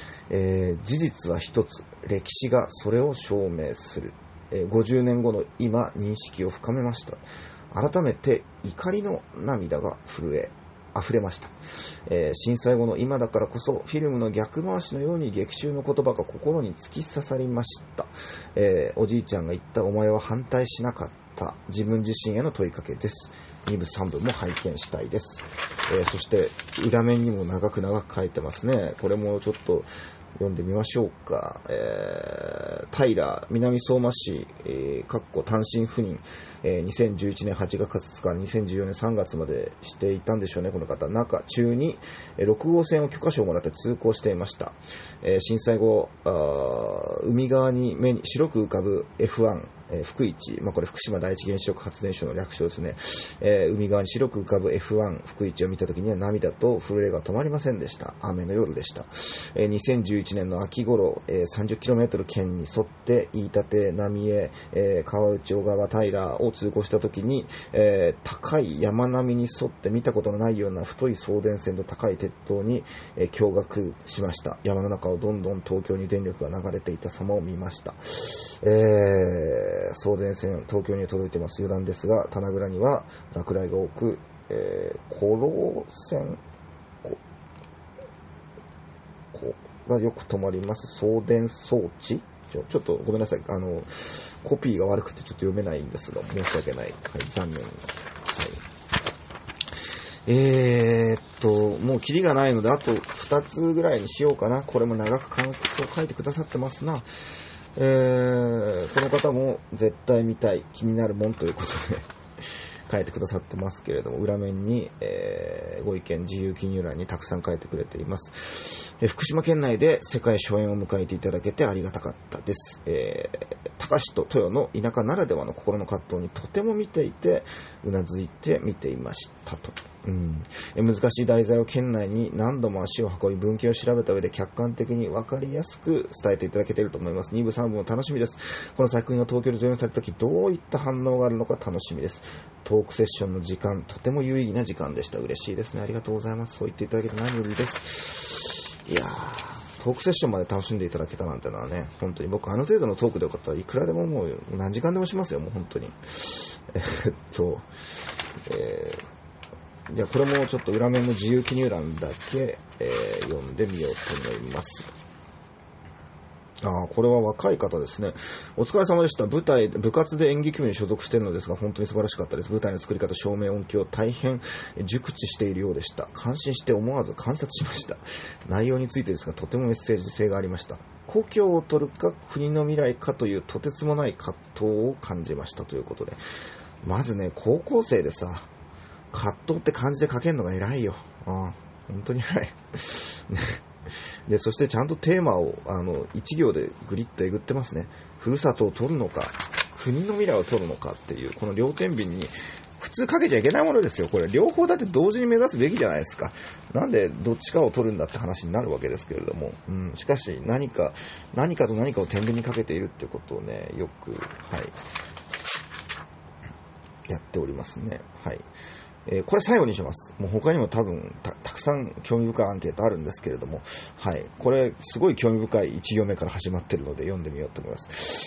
事実は一つ、歴史がそれを証明する。50年後の今認識を深めました。改めて怒りの涙が溢れました。震災後の今だからこそフィルムの逆回しのように劇中の言葉が心に突き刺さりました。おじいちゃんが言ったお前は反対しなかった、自分自身への問いかけです。2部3部も拝見したいです。そして裏面にも長く書いてますね。これもちょっと読んでみましょうか。平南相馬市、単身赴任、2011年8月から2014年3月までしていたんでしょうね、この方。中に6号線を許可証をもらって通行していました。震災後、海側に目に白く浮かぶ F1、福一、これ福島第一原子力発電所の略称ですね。海側に白く浮かぶ F1 福一を見たときには涙と震えが止まりませんでした。雨の夜でした。2011年の秋頃、30km 圏に沿って飯舘、浪江、川内、小川、平を通行したときに、高い山並みに沿って見たことのないような太い送電線と高い鉄塔に、驚愕しました。山の中をどんどん東京に電力が流れていた様を見ました。送電線東京に届いてます。余談ですが、棚倉には落雷が多く、古老線がよく止まります。送電装置ちょっとごめんなさい、コピーが悪くてちょっと読めないんですが申し訳ない、はい、残念。もうキリがないのであと2つぐらいにしようかな。これも長く感想を書いてくださってますな。この方も絶対見たい、気になるもんということで書いてくださってますけれども、裏面に、ご意見自由記入欄にたくさん書いてくれています。福島県内で世界初演を迎えていただけてありがたかったです。高橋と豊の田舎ならではの心の葛藤にとても見ていて、うなずいて見ていましたと。難しい題材を県内に何度も足を運び文献を調べた上で客観的に分かりやすく伝えていただけていると思います。2部3部も楽しみです。この作品が東京で上演された時どういった反応があるのか楽しみです。トークセッションの時間とても有意義な時間でした。嬉しいですね。ありがとうございます。そう言っていただけて何よりです。いやー、トークセッションまで楽しんでいただけたなんてのはね、本当に僕あの程度のトークでよかったらいくらでももう何時間でもしますよ、もう本当に。じゃあこれもちょっと裏面の自由記入欄だけ、読んでみようと思います。これは若い方ですね。お疲れ様でした。部活で演劇部に所属しているのですが、本当に素晴らしかったです。舞台の作り方、照明、音響、大変熟知しているようでした。感心して思わず観察しました。内容についてですが、とてもメッセージ性がありました。故郷を取るか国の未来かというとてつもない葛藤を感じましたということで。まずね、高校生でさ、葛藤って漢字で書けるのが偉いよ。本当に偉い。で、そしてちゃんとテーマを一行でグリッとえぐってますね。ふるさとを取るのか、国の未来を取るのかっていう、この両天秤に普通かけちゃいけないものですよ。これ両方だって同時に目指すべきじゃないですか。なんでどっちかを取るんだって話になるわけですけれども、しかし何かと何かを天秤にかけているってことをね、よくやっておりますね。これ最後にします。もう他にも多分 たくさん興味深いアンケートあるんですけれども、これすごい興味深い1行目から始まっているので読んでみようと思います。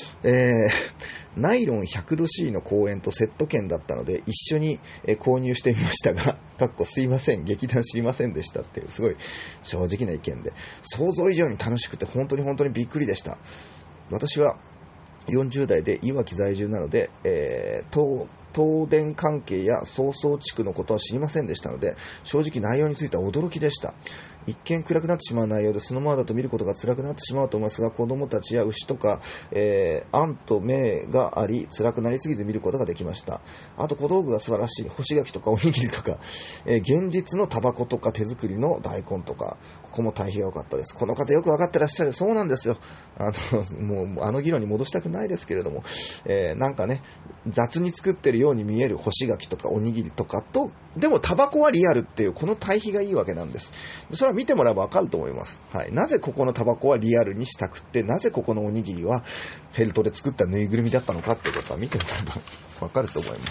ナイロン 100°C の公演とセット券だったので一緒に購入してみましたが、すいません、劇団知りませんでしたっていうすごい正直な意見で、想像以上に楽しくて本当にびっくりでした。私は40代でいわき在住なので、東電関係や曹操地区のことは知りませんでしたので、正直内容については驚きでした。一見暗くなってしまう内容でそのままだと見ることが辛くなってしまうと思いますが、子供たちや牛とか、案と目があり辛くなりすぎず見ることができました。あと小道具が素晴らしい。干し柿とかおにぎりとか、現実のタバコとか手作りの大根とか、ここも対比が良かったです。この方よく分かってらっしゃる。そうなんですよ。もうあの議論に戻したくないですけれども、なんかね、雑に作ってるように見える干し柿とかおにぎりとかと、でもタバコはリアルっていうこの対比がいいわけなんです。それは見てもらえば分かると思います。なぜここのタバコはリアルにしたくて、なぜここのおにぎりはフェルトで作ったぬいぐるみだったのかってことは見てもらえば分かると思います。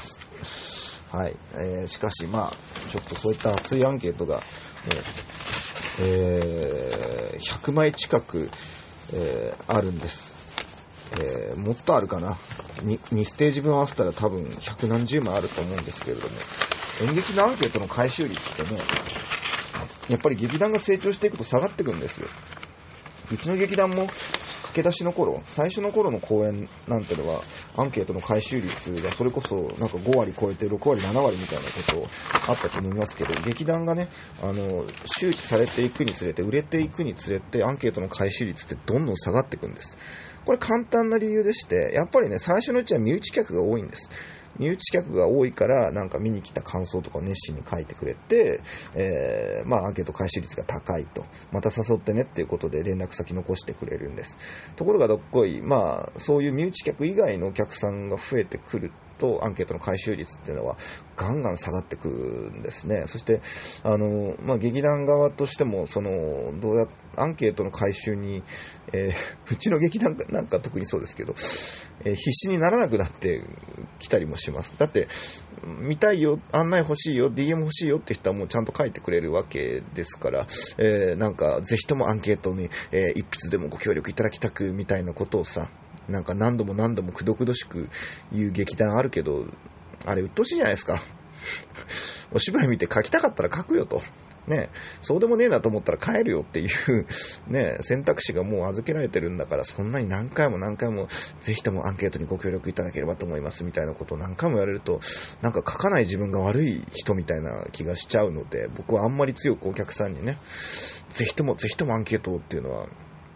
しかしちょっとそういった熱いアンケートがもう、100枚近く、あるんです。もっとあるかな。2ステージ分合わせたら多分100何十枚あると思うんですけれども、演劇のアンケートの回収率ってね、やっぱり劇団が成長していくと下がっていくんですよ。うちの劇団も駆け出しの頃、最初の頃の公演なんてのはアンケートの回収率がそれこそなんか5割超えて6割7割みたいなことあったと思いますけど、劇団がね周知されていくにつれて売れていくにつれてアンケートの回収率ってどんどん下がっていくんです。これ簡単な理由でして、やっぱりね最初のうちは身内客が多いんです。身内客が多いからなんか見に来た感想とかを熱心に書いてくれて、アンケート回収率が高いと、また誘ってねっていうことで連絡先残してくれるんです。ところがどっこいそういう身内客以外のお客さんが増えてくるとアンケートの回収率っていうのはガンガン下がってくるんですね。そして劇団側としてもどうやアンケートの回収に、うちの劇団なんか特にそうですけど、必死にならなくなってきたりもします。だって見たいよ、案内欲しいよ、DM 欲しいよって人はもうちゃんと書いてくれるわけですから、なんかぜひともアンケートに、一筆でもご協力いただきたくみたいなことをさ、なんか何度もくどくどしく言う劇団あるけど、あれ鬱陶しいじゃないですか。お芝居見て書きたかったら書くよと。ね、そうでもねえなと思ったら帰るよっていうね、選択肢がもう預けられてるんだから、そんなに何回もぜひともアンケートにご協力いただければと思いますみたいなことを何回も言われると、なんか書かない自分が悪い人みたいな気がしちゃうので、僕はあんまり強くお客さんにね、ぜひともアンケートをっていうのは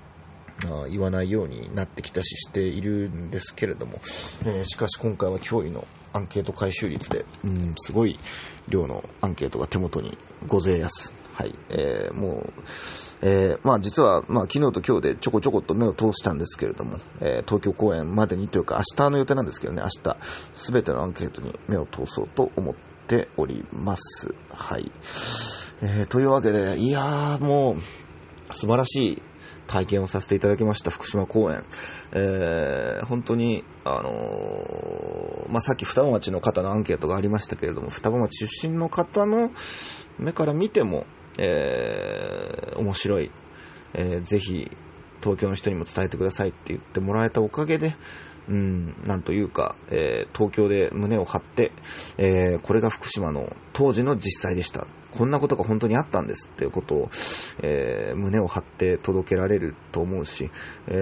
言わないようになってきたししているんですけれども、しかし今回は驚異のアンケート回収率で、すごい量のアンケートが手元にございます。はい、もう、実は、昨日と今日でちょこちょこっと目を通したんですけれども、東京公演までにというか明日の予定なんですけどね、明日すべてのアンケートに目を通そうと思っております。はい、というわけで、いやーもう素晴らしい体験をさせていただきました福島公演。本当にさっき双葉町の方のアンケートがありましたけれども、双葉町出身の方の目から見ても、面白い、ぜひ東京の人にも伝えてくださいって言ってもらえたおかげで、なんというか、東京で胸を張って、これが福島の当時の実際でした、こんなことが本当にあったんですっていうことを、胸を張って届けられると思うし、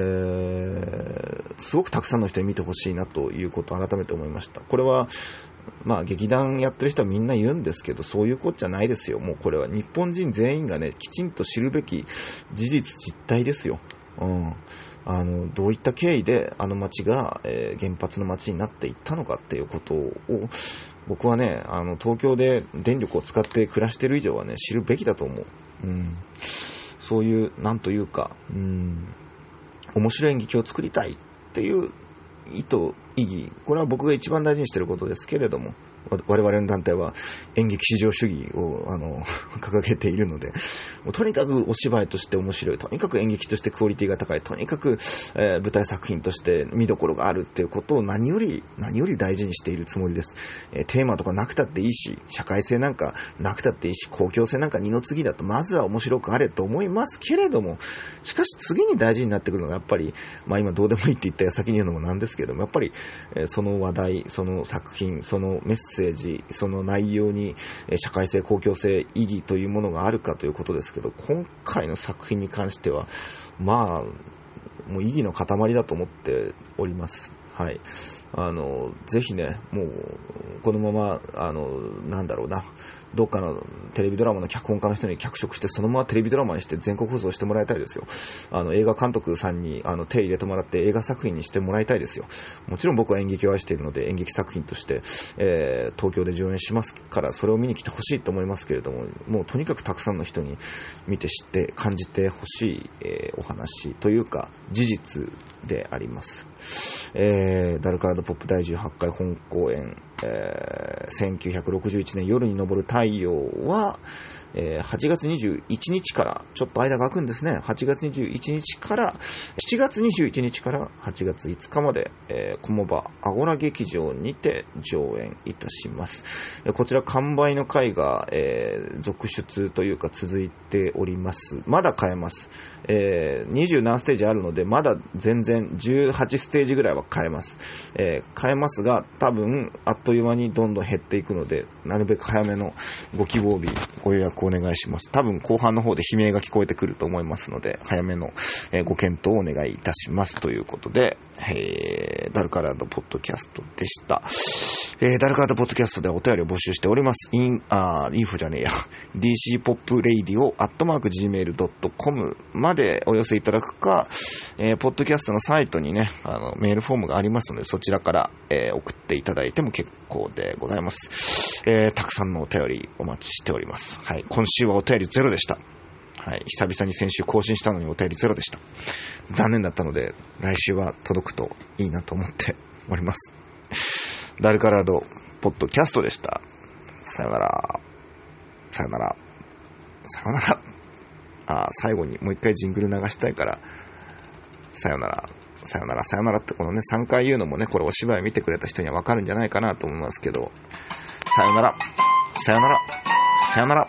すごくたくさんの人に見てほしいなということを改めて思いました。これは劇団やってる人はみんな言うんですけど、そういうことじゃないですよ。もうこれは日本人全員がね、きちんと知るべき事実実態ですよ。どういった経緯であの町が、原発の町になっていったのかっていうことを僕はね、東京で電力を使って暮らしている以上はね、知るべきだと思う。そういうなんというか、面白い演劇を作りたいっていう意義、これは僕が一番大事にしていることですけれども、我々の団体は演劇至上主義を掲げているので、もうとにかくお芝居として面白い、とにかく演劇としてクオリティが高い、とにかく、舞台作品として見どころがあるっていうことを何より大事にしているつもりです。テーマとかなくたっていいし、社会性なんかなくたっていいし、公共性なんか二の次だと、まずは面白くあれと思いますけれども、しかし次に大事になってくるのがやっぱり、今どうでもいいって言ったら先に言うのもなんですけれども、やっぱり、その話題、その作品、そのメッセージ、その内容に社会性、公共性、意義というものがあるかということですけど、今回の作品に関してはもう意義の塊だと思っております。はい、ぜひね、もうこのままどっかのテレビドラマの脚本家の人に脚色して、そのままテレビドラマにして全国放送してもらいたいですよ。映画監督さんに手入れてもらって映画作品にしてもらいたいですよ。もちろん僕は演劇を愛しているので演劇作品として、東京で上演しますから、それを見に来てほしいと思いますけれども、もうとにかくたくさんの人に見て知って感じてほしい、お話というか事実であります。ダルカラドポップ第18回本公演、1961年夜に昇る太陽は、8月21日から、ちょっと間が空くんですね。8月21日から、7月21日から8月5日まで、駒場アゴラ劇場にて上演いたします。こちら完売の回が、続出というか続いております。まだ買えます。20何ステージあるので、まだ全然18ステージぐらいは買えます。買えますが、多分あっという間にどんどん減っていくので、なるべく早めのご希望日、ご予約お願いします。多分後半の方で悲鳴が聞こえてくると思いますので、早めのご検討をお願いいたしますということで、ダルカラードポッドキャストでした。ダルカラードポッドキャストではお便りを募集しております。インフォじゃねえや。dcpopradio@gmail.com までお寄せいただくか、ポッドキャストのサイトにね、メールフォームがありますので、そちらから、送っていただいても結構でございます。たくさんのお便りお待ちしております。はい。今週はお便りゼロでした。はい。久々に先週更新したのにお便りゼロでした。残念だったので、来週は届くといいなと思っております。ダルカラードポッドキャストでした。さよなら。さよなら。さよなら。最後にもう一回ジングル流したいから、さよなら。さよなら、さよならってこのね、3回言うのもね、これお芝居見てくれた人にはわかるんじゃないかなと思いますけど、さよなら。さよなら。さよなら。